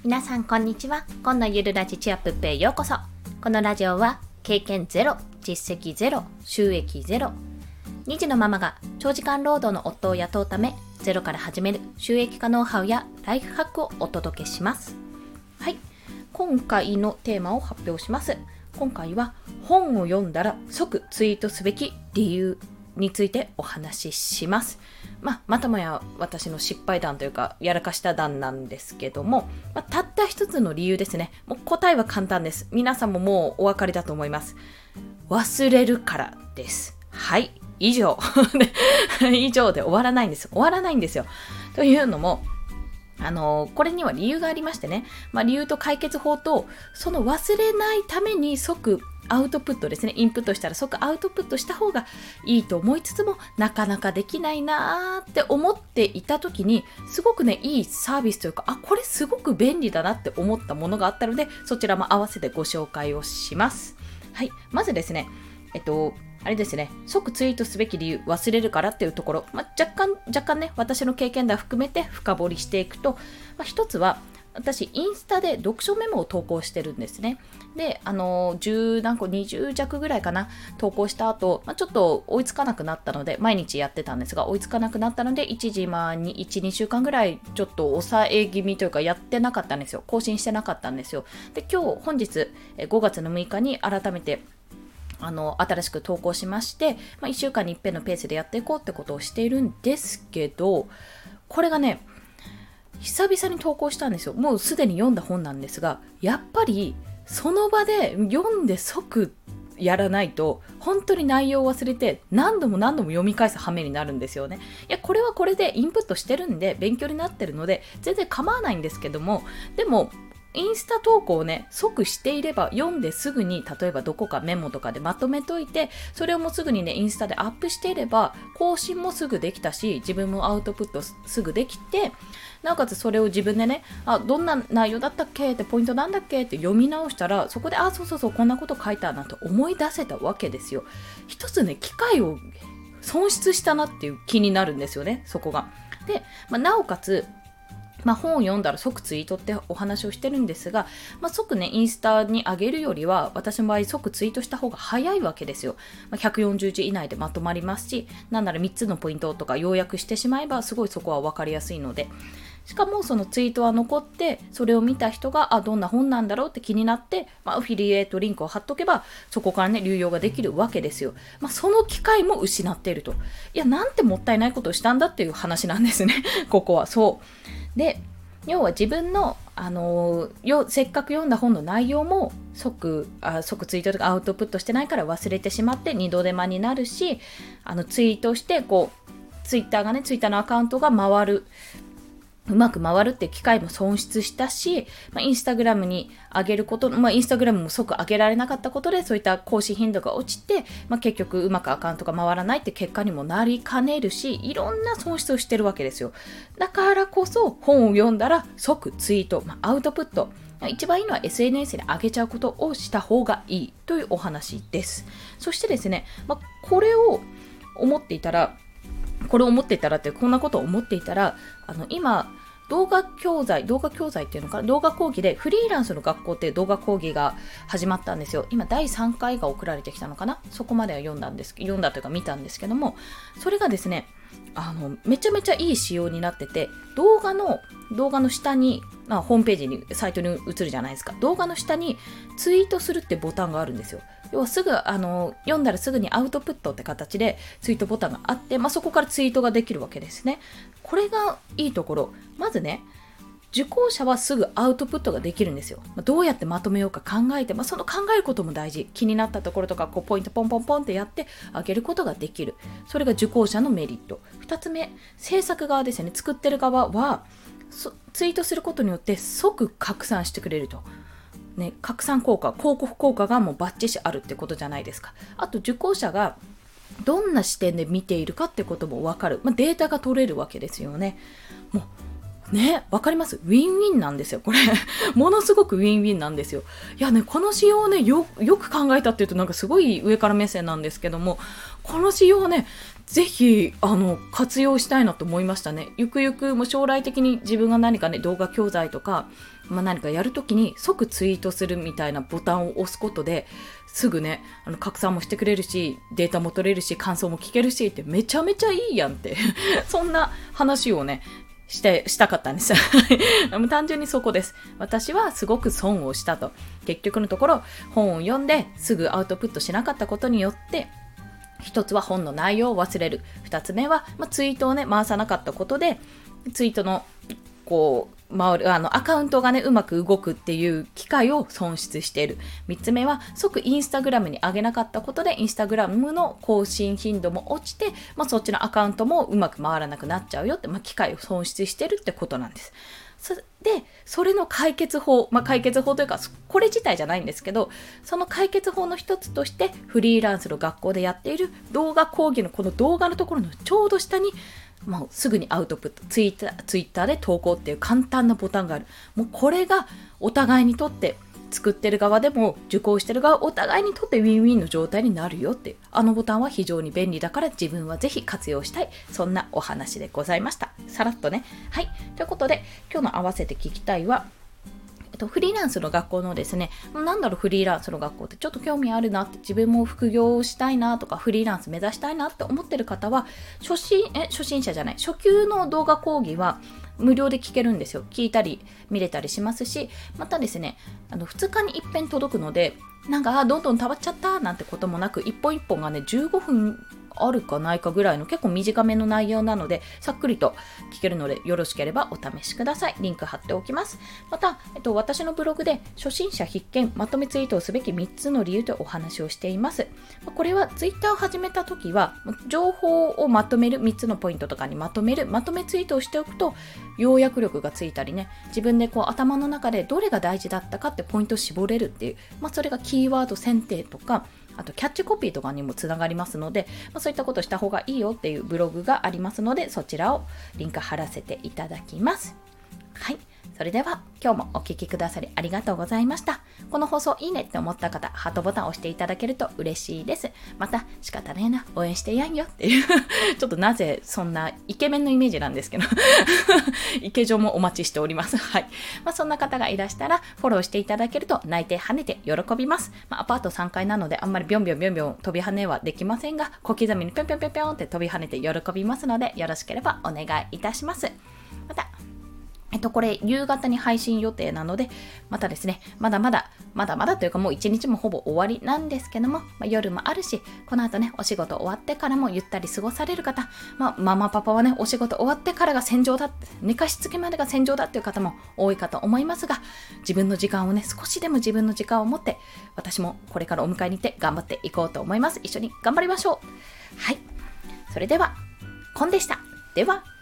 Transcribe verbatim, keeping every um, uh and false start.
皆さんこんにちは。今のゆるラジチアップへようこそ。このラジオは経験ゼロ、実績ゼロ、収益ゼロ、に児のママが長時間労働の夫を雇うためゼロから始める収益化ノウハウやライフハックをお届けします。はい、今回のテーマを発表します。今回は本を読んだら即ツイートすべき理由についてお話しします。まあ、またもや私の失敗談というかやらかした談なんですけども、まあ、たった一つの理由ですね。もう答えは簡単です。皆さんももうお分かりだと思います。忘れるからです。はい、以上以上で終わらないんです終わらないんですよ。というのもあのこれには理由がありましてね、まあ、理由と解決法と、その忘れないために即アウトプットですね。インプットしたら即アウトプットした方がいいと思いつつも、なかなかできないなーって思っていた時に、すごくねいいサービスというか、あ、これすごく便利だなって思ったものがあったので、そちらも合わせてご紹介をします。はい、まずですね、えっとあれですね、即ツイートすべき理由、忘れるからっていうところ、まあ、若干若干ね私の経験談含めて深掘りしていくと、まあ、一つは私インスタで読書メモを投稿してるんですね。で、あのじゅう何個にじゅう弱ぐらいかな投稿した後、まあ、ちょっと追いつかなくなったので、毎日やってたんですが追いつかなくなったので、一時まあいち、にしゅうかんぐらいちょっと抑え気味というかやってなかったんですよ。更新してなかったんですよ。で、今日本日ごがつのむいかに改めてあの新しく投稿しまして、まあ、いっしゅうかんに一遍のペースでやっていこうってことをしているんですけど、これがね久々に投稿したんですよ。もうすでに読んだ本なんですが、やっぱりその場で読んで即やらないと本当に内容を忘れて何度も何度も読み返す羽目になるんですよね。いや、これはこれでインプットしてるんで勉強になってるので全然構わないんですけども、でもインスタ投稿をね即していれば、読んですぐに例えばどこかメモとかでまとめといて、それをもうすぐにねインスタでアップしていれば更新もすぐできたし、自分もアウトプットすぐできて、なおかつそれを自分でね、あ、どんな内容だったっけってポイントなんだっけって読み直したら、そこであ、そうそうそう、こんなこと書いたなと思い出せたわけですよ。一つね機会を損失したなっていう気になるんですよね、そこが。で、まあ、なおかつまあ、本を読んだら即ツイートってお話をしてるんですが、まあ、即ねインスタに上げるよりは私の場合即ツイートした方が早いわけですよ。まあ、ひゃくよんじゅうじ以内でまとまりますし、なんならみっつのポイントとか要約してしまえばすごいそこは分かりやすいので、しかもそのツイートは残って、それを見た人があどんな本なんだろうって気になって、まあ、アフィリエイトリンクを貼っとけばそこからね流用ができるわけですよ。まあ、その機会も失っていると。いや、なんてもったいないことをしたんだっていう話なんですねここは。そうで、要は自分の、あのー、よせっかく読んだ本の内容も即あ即ツイートとかアウトプットしてないから忘れてしまって二度手間になるし、あのツイートしてこうツイッターがねツイッターのアカウントが回るうまく回るって機会も損失したし、まあ、インスタグラムに上げること、まあ、インスタグラムも即上げられなかったことでそういった更新頻度が落ちて、まあ、結局うまくアカウントが回らないって結果にもなりかねるし、いろんな損失をしてるわけですよ。だからこそ本を読んだら即ツイート、まあ、アウトプット、一番いいのは エスエヌエス に上げちゃうことをした方がいいというお話です。そしてですね、まあ、これを思っていたらこれを思っていたらってこんなことを思っていたら、あの今動画教材動画教材っていうのかな、動画講義でフリーランスの学校っていう動画講義が始まったんですよ。今だいさんかいが送られてきたのかな。そこまでは読んだんです読んだというか見たんですけども、それがですね、あのめちゃめちゃいい仕様になってて、動画の動画の下に、まあ、ホームページにサイトに移るじゃないですか。動画の下にツイートするってボタンがあるんですよ。要はすぐあの読んだらすぐにアウトプットって形でツイートボタンがあって、まあ、そこからツイートができるわけですね。これがいいところ。まずね、受講者はすぐアウトプットができるんですよ。どうやってまとめようか考えて、まあ、その考えることも大事。気になったところとかこうポイントポンポンポンってやってあげることができる。それが受講者のメリット。ふたつめ、制作側ですよね。作ってる側はツイートすることによって即拡散してくれると。ね、拡散効果、広告効果がもうバッチシあるってことじゃないですか。あと受講者がどんな視点で見ているかってことも分かる、まあ、データが取れるわけですよね。もうね、分かります。ウィンウィンなんですよこれものすごくウィンウィンなんですよ。いやね、この仕様をね よ, よく考えたっていうとなんかすごい上から目線なんですけども、この仕様はねぜひあの活用したいなと思いましたね。ゆくゆくも将来的に自分が何かね動画教材とか、まあ、何かやるときに即ツイートするみたいなボタンを押すことですぐねあの拡散もしてくれるし、データも取れるし、感想も聞けるしってめちゃめちゃいいやんってそんな話をねしてしたかったんです単純にそこです。私はすごく損をしたと。結局のところ本を読んですぐアウトプットしなかったことによって、一つは本の内容を忘れる、二つ目は、まあ、ツイートをね回さなかったことでツイートのこう回るあのアカウントがねうまく動くっていう機会を損失している。三つ目は即インスタグラムに上げなかったことでインスタグラムの更新頻度も落ちて、まあ、そっちのアカウントもうまく回らなくなっちゃうよって、まあ、機会を損失してるってことなんです。そでそれの解決法、まあ、解決法というかこれ自体じゃないんですけど、その解決法の一つとしてフリーランスの学校でやっている動画講義のこの動画のところのちょうど下にもうすぐにアウトプット、ツイッター、ツイッターで投稿っていう簡単なボタンがある。もうこれがお互いにとって作ってる側でも受講してる側お互いにとってウィンウィンの状態になるよっていう、あのボタンは非常に便利だから自分はぜひ活用したい、そんなお話でございました。さらっとね。はい、ということで今日の合わせて聞きたいはフリーランスの学校のですね、なんだろうフリーランスの学校ってちょっと興味あるなって、自分も副業したいなとかフリーランス目指したいなって思ってる方は初心え初心者じゃない初級の動画講義は無料で聞けるんですよ。聞いたり見れたりしますし、またですねあのふつかに一遍届くので、なんかどんどん溜まっちゃったなんてこともなく、一本一本がねじゅうごふんあるかないかぐらいの結構短めの内容なのでさっくりと聞けるので、よろしければお試しください。リンク貼っておきます。また、えっと、私のブログで初心者必見まとめツイートをすべきみっつの理由というお話をしています。これはツイッターを始めた時は情報をまとめるみっつのポイントとかにまとめるまとめツイートをしておくと要約力がついたりね、自分でこう頭の中でどれが大事だったかってポイントを絞れるっていう、まあ、それがキーワード選定とかあとキャッチコピーとかにもつながりますので、まあ、そういったことをした方がいいよっていうブログがありますので、そちらをリンク貼らせていただきます。はい、それでは今日もお聞きくださりありがとうございました。この放送いいねって思った方、ハートボタンを押していただけると嬉しいです。また仕方ねえな、応援してやんよっていうちょっとなぜそんなイケメンのイメージなんですけどイケジョもお待ちしております。はい、まあ、そんな方がいらしたらフォローしていただけると泣いて跳ねて喜びます。まあ、アパートさんがいなのであんまりビョンビョンビョンビョン飛び跳ねはできませんが、小刻みにぴょんぴょんぴょんぴょんって飛び跳ねて喜びますので、よろしければお願いいたします。またえっと、これ夕方に配信予定なので、またですね、まだまだ、まだまだというかもう一日もほぼ終わりなんですけども、まあ、夜もあるし、この後ね、お仕事終わってからもゆったり過ごされる方、まあ、ママパパはね、お仕事終わってからが戦場だ、寝かしつけまでが戦場だっていう方も多いかと思いますが、自分の時間をね、少しでも自分の時間を持って、私もこれからお迎えに行って頑張っていこうと思います。一緒に頑張りましょう。はい。それでは、コンでした。では、